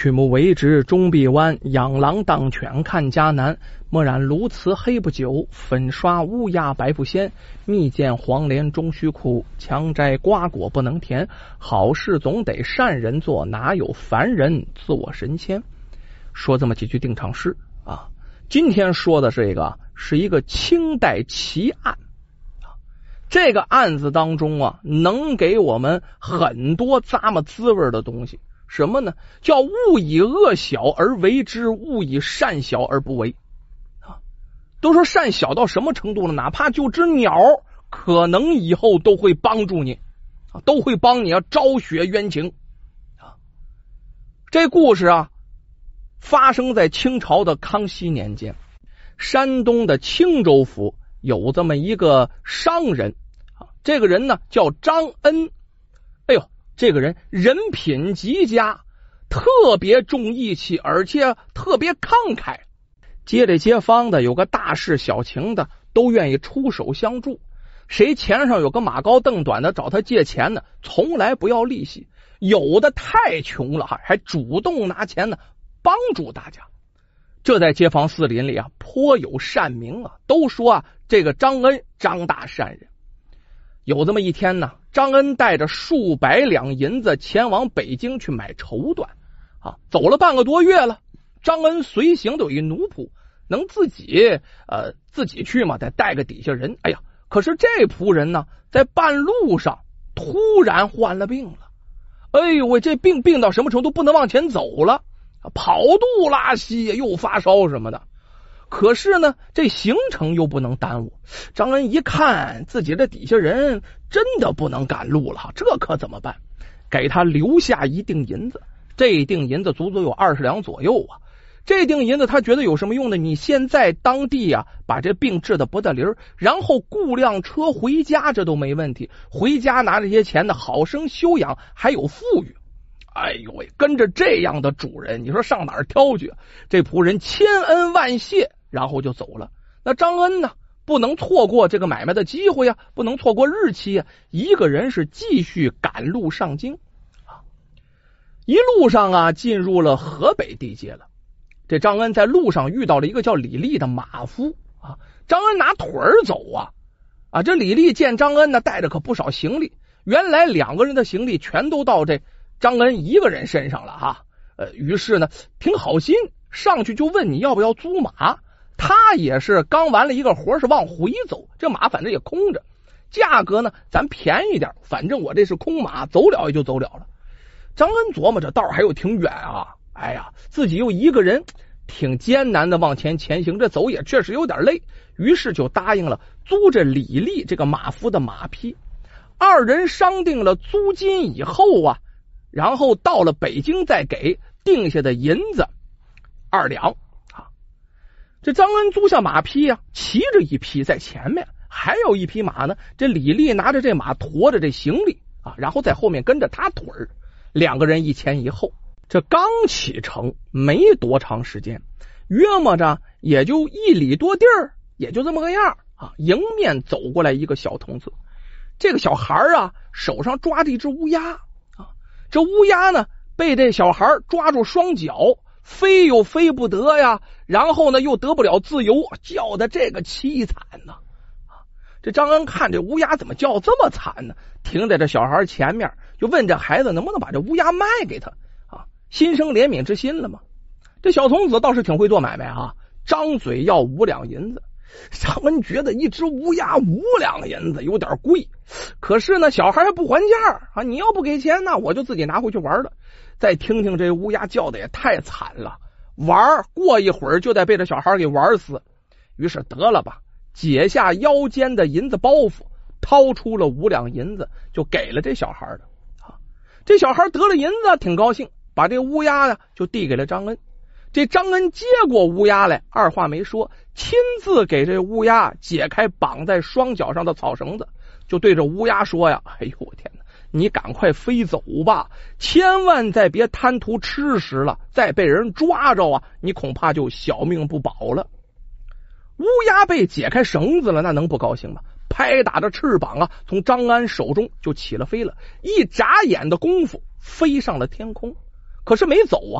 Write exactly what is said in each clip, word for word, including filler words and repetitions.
曲目为直终必弯，养狼当犬看家难。墨染鸬鹚黑不久，粉刷乌鸦白不鲜。蜜饯黄连终须苦，强摘瓜果不能甜。好事总得善人做，哪有凡人做神仙？说这么几句定场诗啊。今天说的这个是一个清代奇案啊，这个案子当中啊，能给我们很多咂摸滋味的东西。什么呢？叫勿以恶小而为之，勿以善小而不为啊。都说善小到什么程度呢？哪怕就只鸟，可能以后都会帮助你啊，都会帮你啊昭雪冤情啊。这故事啊，发生在清朝的康熙年间，山东的青州府有这么一个商人啊，这个人呢叫张恩。哎呦，这个人人品极佳，特别重义气，而且特别慷慨。街里街坊的有个大事小情的，都愿意出手相助。谁钱上有个马高凳短的找他借钱呢，从来不要利息。有的太穷了，还主动拿钱呢帮助大家。这在街坊四邻里啊颇有善名啊，都说啊这个张恩张大善人。有这么一天呢，张恩带着数百两银子前往北京去买绸缎啊，走了半个多月了。张恩随行的有一奴仆，能自己呃自己去嘛，得带个底下人。哎呀，可是这仆人呢，在半路上突然患了病了。哎呦喂，这病病到什么程度？不能往前走了，跑肚拉稀，又发烧什么的。可是呢，这行程又不能耽误。张恩一看自己的底下人真的不能赶路了，这可怎么办？给他留下一锭银子，这一锭银子足足有二十两左右啊。这锭银子他觉得有什么用呢？你现在当地啊把这病治得不得灵，然后雇辆车回家，这都没问题。回家拿这些钱呢，好生休养，还有富裕。哎呦喂，跟着这样的主人，你说上哪儿挑去？这仆人千恩万谢，然后就走了。那张恩呢，不能错过这个买卖的机会呀、啊，不能错过日期啊，一个人是继续赶路上京啊。一路上啊，进入了河北地界了。这张恩在路上遇到了一个叫李立的马夫啊，张恩拿腿儿走啊啊！这李立见张恩呢，带着可不少行李，原来两个人的行李全都到这张恩一个人身上了哈。呃，于是呢，挺好心，上去就问你要不要租马。他也是刚完了一个活，是往回走，这马反正也空着，价格呢咱便宜点，反正我这是空马，走了也就走了了。张恩琢磨着道还有挺远啊，哎呀，自己又一个人，挺艰难的往前前行，这走也确实有点累，于是就答应了租着李立这个马夫的马匹。二人商定了租金以后啊，然后到了北京再给，定下的银子二两啊。这张恩租下马匹啊，骑着一匹在前面，还有一匹马呢，这李立拿着这马驮着这行李啊，然后在后面跟着他腿儿，两个人一前一后。这刚启程没多长时间，约摸着也就一里多地儿，也就这么个样啊。迎面走过来一个小童子，这个小孩啊手上抓着一只乌鸦啊，这乌鸦呢被这小孩抓住双脚，飞又飞不得呀，然后呢又得不了自由，叫的这个凄惨呢啊。这张恩看这乌鸦怎么叫这么惨呢，停在这小孩前面，就问这孩子能不能把这乌鸦卖给他。心生怜悯之心了吗？这小童子倒是挺会做买卖啊，张嘴要五两银子。张恩觉得一只乌鸦五两银子有点贵，可是呢小孩还不还价啊，你要不给钱呢，我就自己拿回去玩了。再听听这乌鸦叫的也太惨了，玩过一会儿就得被这小孩给玩死。于是得了吧，解下腰间的银子包袱，掏出了五两银子就给了这小孩的啊。这小孩得了银子挺高兴，把这乌鸦呢就递给了张恩。这张恩接过乌鸦来，二话没说，亲自给这乌鸦解开绑在双脚上的草绳子，就对着乌鸦说呀：哎呦我天哪，你赶快飞走吧，千万再别贪图吃食了，再被人抓着啊，你恐怕就小命不保了。乌鸦被解开绳子了，那能不高兴吗？拍打着翅膀啊，从张安手中就起了飞了，一眨眼的功夫飞上了天空。可是没走啊，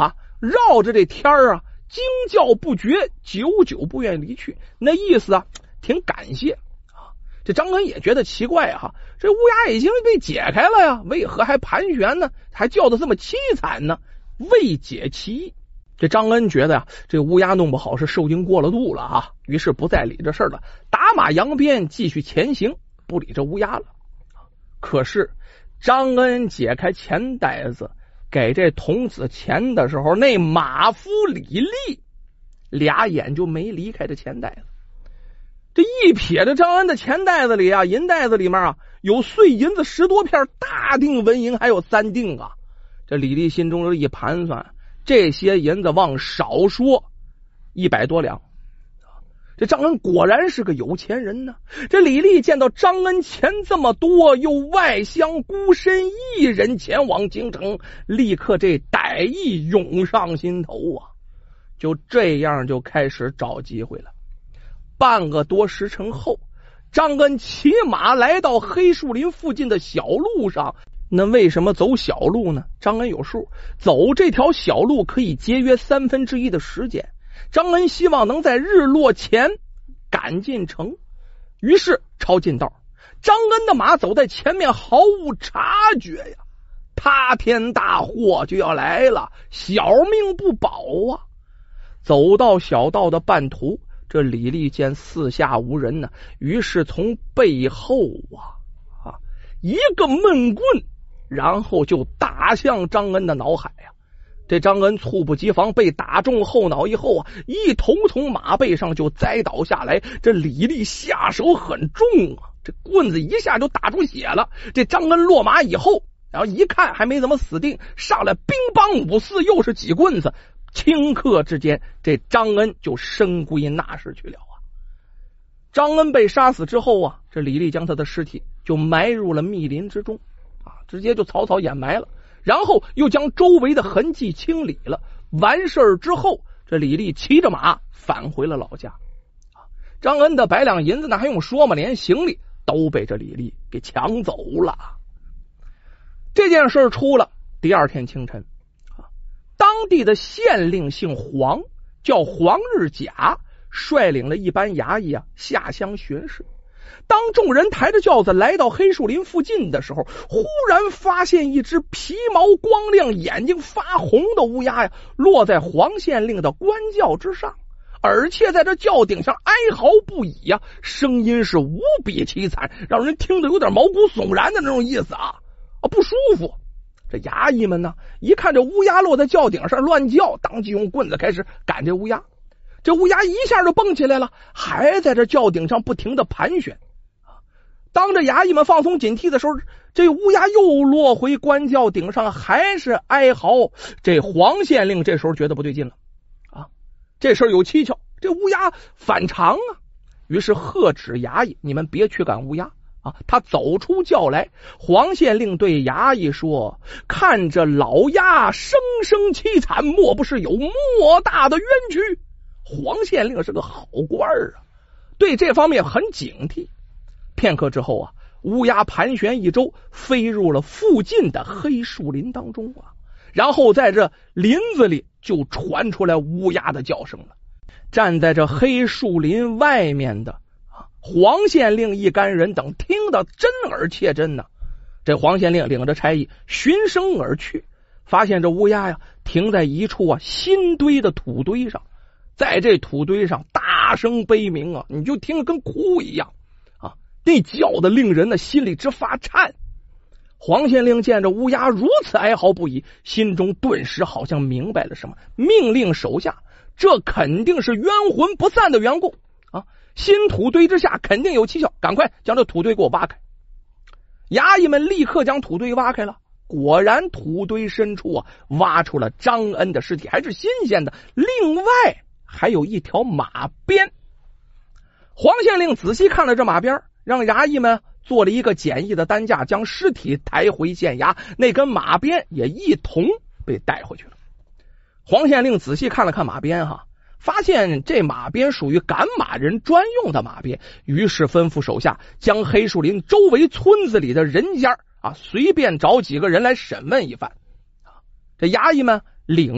绕着这天儿啊，惊叫不绝，久久不愿离去。那意思啊，挺感谢啊。这张恩也觉得奇怪啊，这乌鸦已经被解开了呀，为何还盘旋呢？还叫得这么凄惨呢？未解其意。这张恩觉得呀、啊，这乌鸦弄不好是受惊过了度了啊，于是不再理这事儿了，打马扬鞭继续前行，不理这乌鸦了。可是张恩解开钱袋子给这童子钱的时候，那马夫李立俩眼就没离开这钱袋子。这一瞥着张恩的钱袋子里啊，银袋子里面啊有碎银子十多片，大锭纹银还有三锭啊。这李立心中一盘算，这些银子往少说一百多两。这张恩果然是个有钱人呢。这李立见到张恩钱这么多，又外乡孤身一人前往京城，立刻这歹意涌上心头啊！就这样就开始找机会了。半个多时辰后，张恩骑马来到黑树林附近的小路上。那为什么走小路呢？张恩有数，走这条小路可以节约三分之一的时间。张恩希望能在日落前赶进城，于是抄近道。张恩的马走在前面，毫无察觉呀，塌天大祸就要来了，小命不保啊！走到小道的半途，这李立见四下无人呢，于是从背后啊啊一个闷棍，然后就打向张恩的脑海呀。这张恩猝不及防，被打中后脑以后啊，一头从马背上就栽倒下来。这李立下手很重啊，这棍子一下就打出血了。这张恩落马以后，然后一看还没怎么死定，上来乒乓五四又是几棍子，顷刻之间，这张恩就深归那时去了啊。张恩被杀死之后啊，这李立将他的尸体就埋入了密林之中啊，直接就草草掩埋了。然后又将周围的痕迹清理了。完事儿之后，这李立骑着马返回了老家。张恩的百两银子那还用说吗？连行李都被这李立给抢走了。这件事出了第二天清晨，当地的县令姓黄，叫黄日甲，率领了一班衙役啊下乡巡视。当众人抬着轿子来到黑树林附近的时候，忽然发现一只皮毛光亮、眼睛发红的乌鸦呀，落在黄县令的官轿之上，而且在这轿顶上哀嚎不已呀，声音是无比凄惨，让人听得有点毛骨悚然的那种意思啊，啊不舒服。这衙役们呢，一看这乌鸦落在轿顶上乱叫，当即用棍子开始赶这乌鸦。这乌鸦一下就蹦起来了，还在这轿顶上不停的盘旋。当着衙役们放松警惕的时候，这乌鸦又落回官轿顶上，还是哀嚎。这黄县令这时候觉得不对劲了啊，这事儿有蹊跷，这乌鸦反常啊，于是喝止衙役，你们别去赶乌鸦啊。他走出轿来，黄县令对衙役说：看着老鸦声声凄惨，莫不是有莫大的冤屈？黄县令是个好官啊，对这方面很警惕。片刻之后啊，乌鸦盘旋一周，飞入了附近的黑树林当中啊，然后在这林子里就传出来乌鸦的叫声了。站在这黑树林外面的啊，黄县令一干人等听得真耳切真呢。这黄县令领着差役循声而去，发现这乌鸦呀停在一处啊新堆的土堆上，在这土堆上大声悲鸣啊，你就听着跟哭一样。那叫的令人的心里直发颤。黄县令见着乌鸦如此哀嚎不已，心中顿时好像明白了什么，命令手下，这肯定是冤魂不散的缘故啊！新土堆之下肯定有蹊跷，赶快将这土堆给我挖开。衙役们立刻将土堆挖开了，果然土堆深处啊，挖出了张恩的尸体，还是新鲜的，另外还有一条马鞭。黄县令仔细看了这马鞭，让衙役们做了一个简易的担架，将尸体抬回县衙，那根马鞭也一同被带回去了。黄县令仔细看了看马鞭哈，发现这马鞭属于赶马人专用的马鞭，于是吩咐手下将黑树林周围村子里的人家啊，随便找几个人来审问一番。这衙役们领命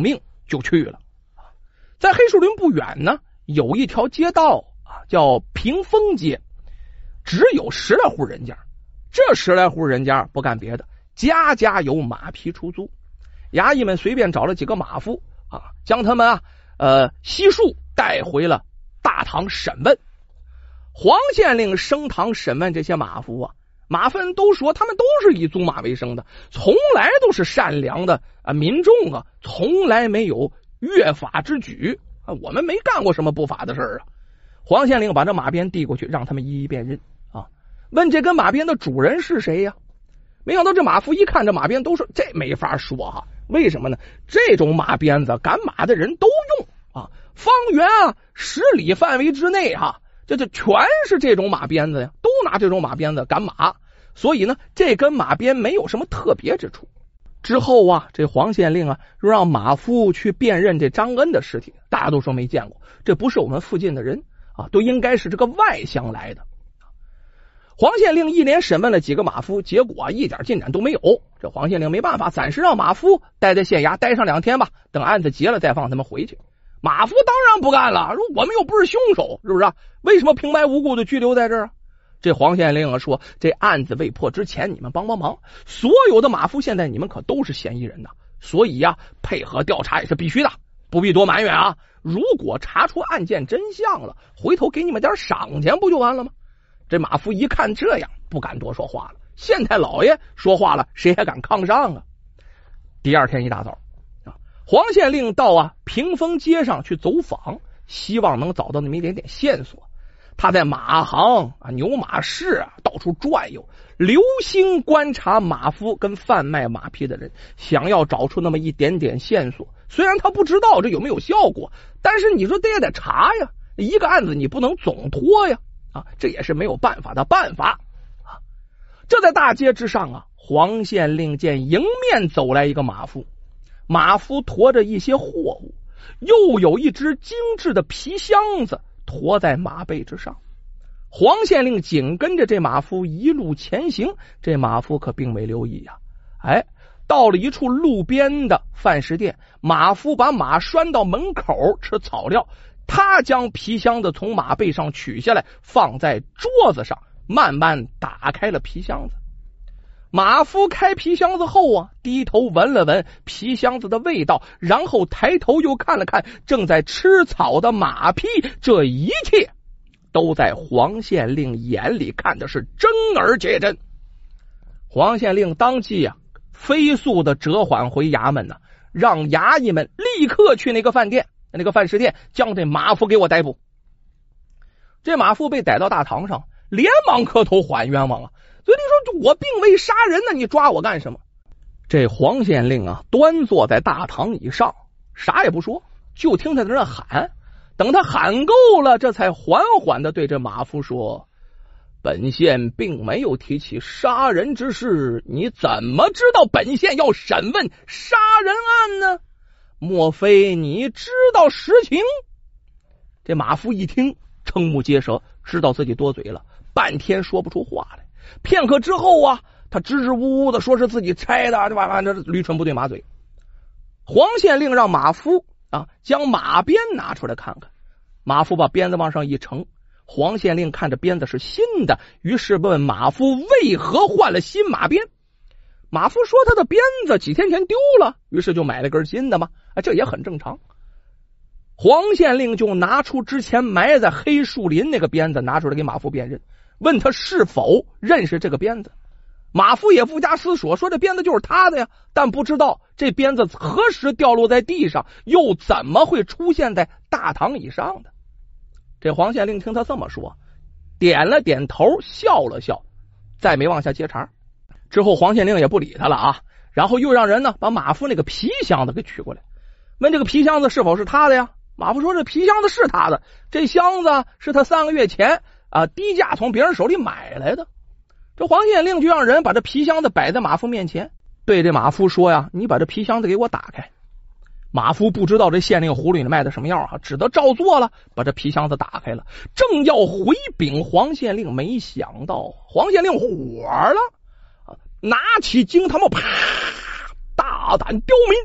就去了。在黑树林不远呢，有一条街道啊，叫屏风街，只有十来户人家。这十来户人家不干别的，家家有马匹出租。衙役们随便找了几个马夫啊，将他们啊呃悉数带回了大堂审问。黄县令升堂审问这些马夫啊，马夫人都说他们都是以租马为生的，从来都是善良的啊民众啊，从来没有越法之举啊，我们没干过什么不法的事儿啊。黄县令把这马鞭递过去，让他们一一辨认啊，问这根马鞭的主人是谁呀？没想到这马夫一看这马鞭，都说这没法说哈，为什么呢？这种马鞭子赶马的人都用啊，方圆啊十里范围之内哈、啊，这就全是这种马鞭子呀，都拿这种马鞭子赶马，所以呢，这根马鞭没有什么特别之处。之后啊，这黄县令啊，又让马夫去辨认这张恩的尸体，大家都说没见过，这不是我们附近的人啊，都应该是这个外乡来的。黄县令一连审问了几个马夫，结果、啊、一点进展都没有。这黄县令没办法，暂时让马夫待在县衙待上两天吧，等案子结了再放他们回去。马夫当然不干了，说我们又不是凶手，是不是、啊？为什么平白无故的拘留在这儿啊？这黄县令啊说，这案子未破之前，你们帮帮忙。所有的马夫现在你们可都是嫌疑人呐，所以呀、啊，配合调查也是必须的，不必多埋怨啊。如果查出案件真相了，回头给你们点赏钱不就完了吗？这马夫一看这样，不敢多说话了。县太老爷说话了，谁还敢抗上啊？第二天一大早啊，黄县令到啊屏风街上去走访，希望能找到那么一点点线索。他在马行啊、牛马市啊到处转悠，留心观察马夫跟贩卖马匹的人，想要找出那么一点点线索。虽然他不知道这有没有效果，但是你说这也得查呀，一个案子你不能总拖呀。啊，这也是没有办法的办法啊！这在大街之上啊，黄县令见迎面走来一个马夫，马夫驮着一些货物，又有一只精致的皮箱子驮在马背之上。黄县令紧跟着这马夫一路前行，这马夫可并没留意呀、啊。哎，到了一处路边的饭食店，马夫把马拴到门口吃草料。他将皮箱子从马背上取下来，放在桌子上，慢慢打开了皮箱子。马夫开皮箱子后啊，低头闻了闻皮箱子的味道，然后抬头又看了看正在吃草的马匹，这一切都在黄县令眼里看的是真而且真。黄县令当即啊，飞速的折返回衙门呢、啊，让衙役们立刻去那个饭店。那个饭食店将这马夫给我逮捕。这马夫被逮到大堂上，连忙磕头还冤枉啊！所以你说我并未杀人呢，你抓我干什么？这黄县令啊，端坐在大堂以上，啥也不说，就听他在那喊。等他喊够了，这才缓缓的对这马夫说：“本县并没有提起杀人之事，你怎么知道本县要审问杀人案呢？莫非你知道实情？”这马夫一听，瞠目结舌，知道自己多嘴了，半天说不出话来。片刻之后啊，他支支吾吾的说是自己拆的，这玩意儿驴唇不对马嘴。黄县令让马夫啊将马鞭拿出来看看。马夫把鞭子往上一呈，黄县令看着鞭子是新的，于是问马夫为何换了新马鞭。马夫说他的鞭子几天前丢了，于是就买了根新的嘛，啊，这也很正常。黄县令就拿出之前埋在黑树林那个鞭子拿出来给马夫辨认，问他是否认识这个鞭子。马夫也不加思索，说这鞭子就是他的呀，但不知道这鞭子何时掉落在地上，又怎么会出现在大堂以上的。这黄县令听他这么说，点了点头，笑了笑，再没往下接茬。之后黄县令也不理他了啊，然后又让人呢把马夫那个皮箱子给取过来，问这个皮箱子是否是他的呀。马夫说这皮箱子是他的，这箱子是他三个月前啊低价从别人手里买来的。这黄县令就让人把这皮箱子摆在马夫面前，对这马夫说呀，你把这皮箱子给我打开。马夫不知道这县令葫芦里卖的什么药啊，只得照做了，把这皮箱子打开了，正要回禀黄县令，没想到黄县令火了，拿起惊堂木，啪，大胆刁民，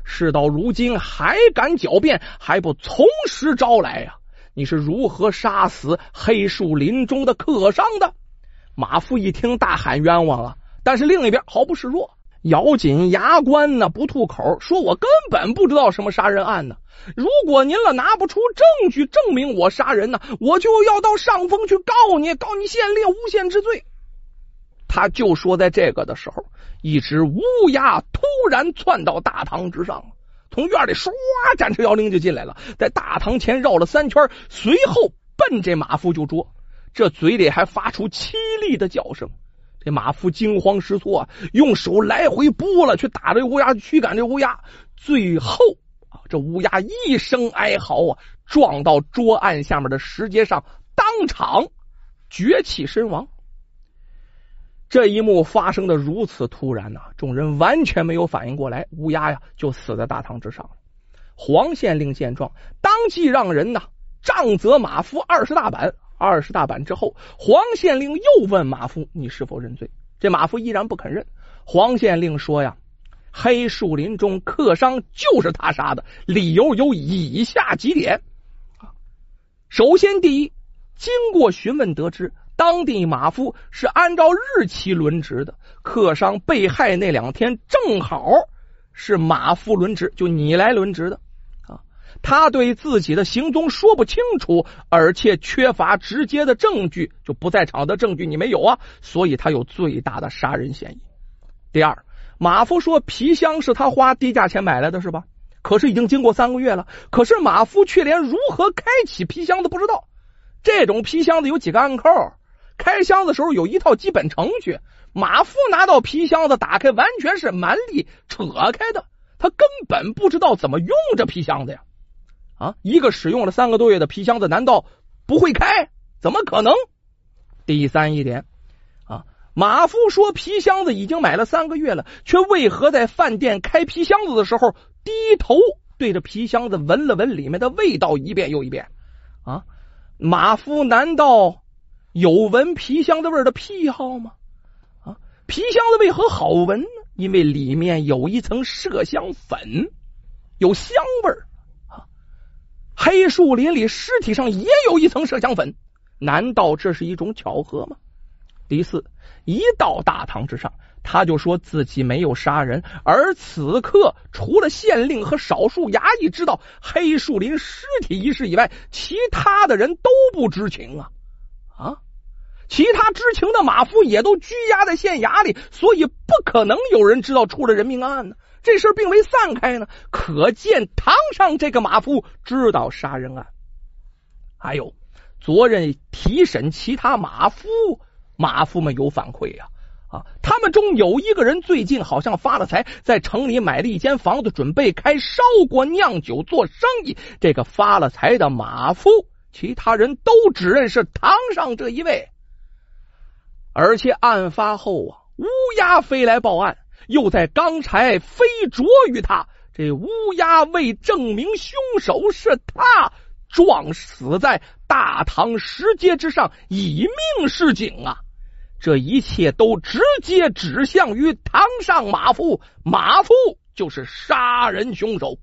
事到如今还敢狡辩，还不从实招来呀、啊？你是如何杀死黑树林中的客商的？马夫一听大喊冤枉啊，但是另一边毫不示弱，咬紧牙关呢，不吐口，说我根本不知道什么杀人案呢。如果您了拿不出证据证明我杀人呢，我就要到上峰去告你，告你县令诬陷之罪。他就说在这个的时候，一只乌鸦突然窜到大堂之上，从院里唰展翅摇铃就进来了，在大堂前绕了三圈，随后奔这马夫就捉，这嘴里还发出凄厉的叫声。这马夫惊慌失措啊，用手来回拨了去打这乌鸦，驱赶这乌鸦，最后啊，这乌鸦一声哀嚎啊，撞到桌案下面的石阶上，当场绝气身亡。这一幕发生的如此突然呐、啊，众人完全没有反应过来，乌鸦呀就死在大堂之上了。黄县令见状，当即让人呐杖责马夫二十大板。二十大板之后，黄县令又问马夫：“你是否认罪？”这马夫依然不肯认。黄县令说呀：“黑树林中客商就是他杀的，理由有以下几点。首先，第一，经过询问得知，当地马夫是按照日期轮值的，客商被害那两天正好是马夫轮值，就你来轮值的啊。他对自己的行踪说不清楚，而且缺乏直接的证据，就不在场的证据你没有啊，所以他有最大的杀人嫌疑。第二，马夫说皮箱是他花低价钱买来的是吧？可是已经经过三个月了，可是马夫却连如何开启皮箱子不知道。这种皮箱子有几个按扣，开箱的时候有一套基本程序，马夫拿到皮箱子打开完全是蛮力扯开的，他根本不知道怎么用这皮箱子呀！啊，一个使用了三个多月的皮箱子难道不会开？怎么可能？第三一点啊，马夫说皮箱子已经买了三个月了，却为何在饭店开皮箱子的时候低头对着皮箱子闻了闻里面的味道一遍又一遍啊？马夫难道有闻皮箱子味的癖好吗？啊，皮箱子为何好闻呢？因为里面有一层麝香粉，有香味儿啊。黑树林里尸体上也有一层麝香粉，难道这是一种巧合吗？第四，一到大堂之上，他就说自己没有杀人，而此刻除了县令和少数衙役知道黑树林尸体一事以外，其他的人都不知情啊啊！其他知情的马夫也都拘押在县衙里，所以不可能有人知道出了人命案呢。这事并未散开呢，可见堂上这个马夫知道杀人案。还有昨日提审其他马夫，马夫们有反馈呀、啊。啊，他们中有一个人最近好像发了财，在城里买了一间房子，准备开烧锅酿酒做生意。这个发了财的马夫，其他人都只认识堂上这一位。而且案发后啊，乌鸦飞来报案，又在刚才飞啄于他。这乌鸦为证明凶手是他，撞死在大堂石阶之上，以命示警啊！这一切都直接指向于堂上马夫，马夫就是杀人凶手。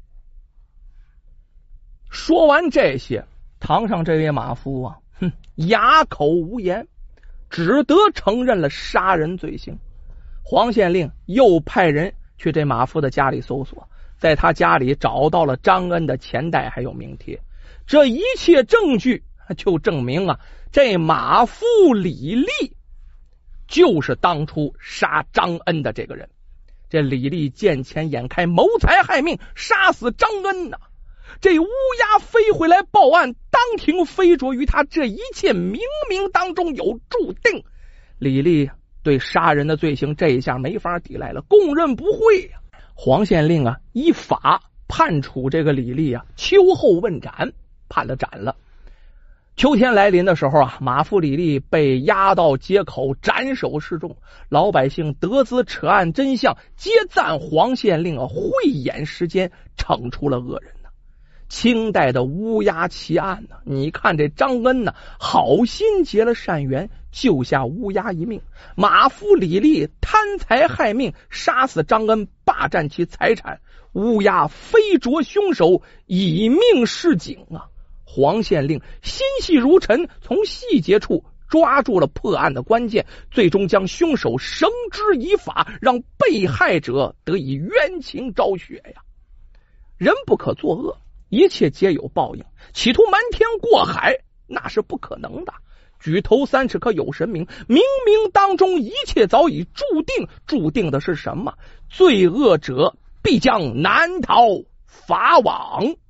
说完这些，堂上这位马夫啊，哼，哑口无言，只得承认了杀人罪行。黄县令又派人去这马夫的家里搜索，在他家里找到了张恩的钱袋还有名帖。这一切证据就证明啊，这马夫李立就是当初杀张恩的这个人。这李立见钱眼开，谋财害命，杀死张恩呐、啊！这乌鸦飞回来报案，当庭飞啄于他，这一切冥冥当中有注定。李立对杀人的罪行这一下没法抵赖了，供认不讳呀、啊。黄县令啊，依法判处这个李立啊秋后问斩，判了斩了。秋天来临的时候啊，马夫李立被押到街口斩首示众，老百姓得知扯案真相，皆赞黄县令啊慧眼识奸，惩处了恶人呢、啊。 清代的乌鸦奇案呢，你看这张恩呢，好心结了善缘，救下乌鸦一命。马夫李立贪财害命，杀死张恩，霸占其财产。乌鸦飞捉凶手，以命示警啊！黄县令心细如尘，从细节处抓住了破案的关键，最终将凶手绳之以法，让被害者得以冤情昭雪呀！人不可作恶，一切皆有报应，企图瞒天过海，那是不可能的。举头三尺可有神明，冥冥当中一切早已注定，注定的是什么？罪恶者必将难逃法网。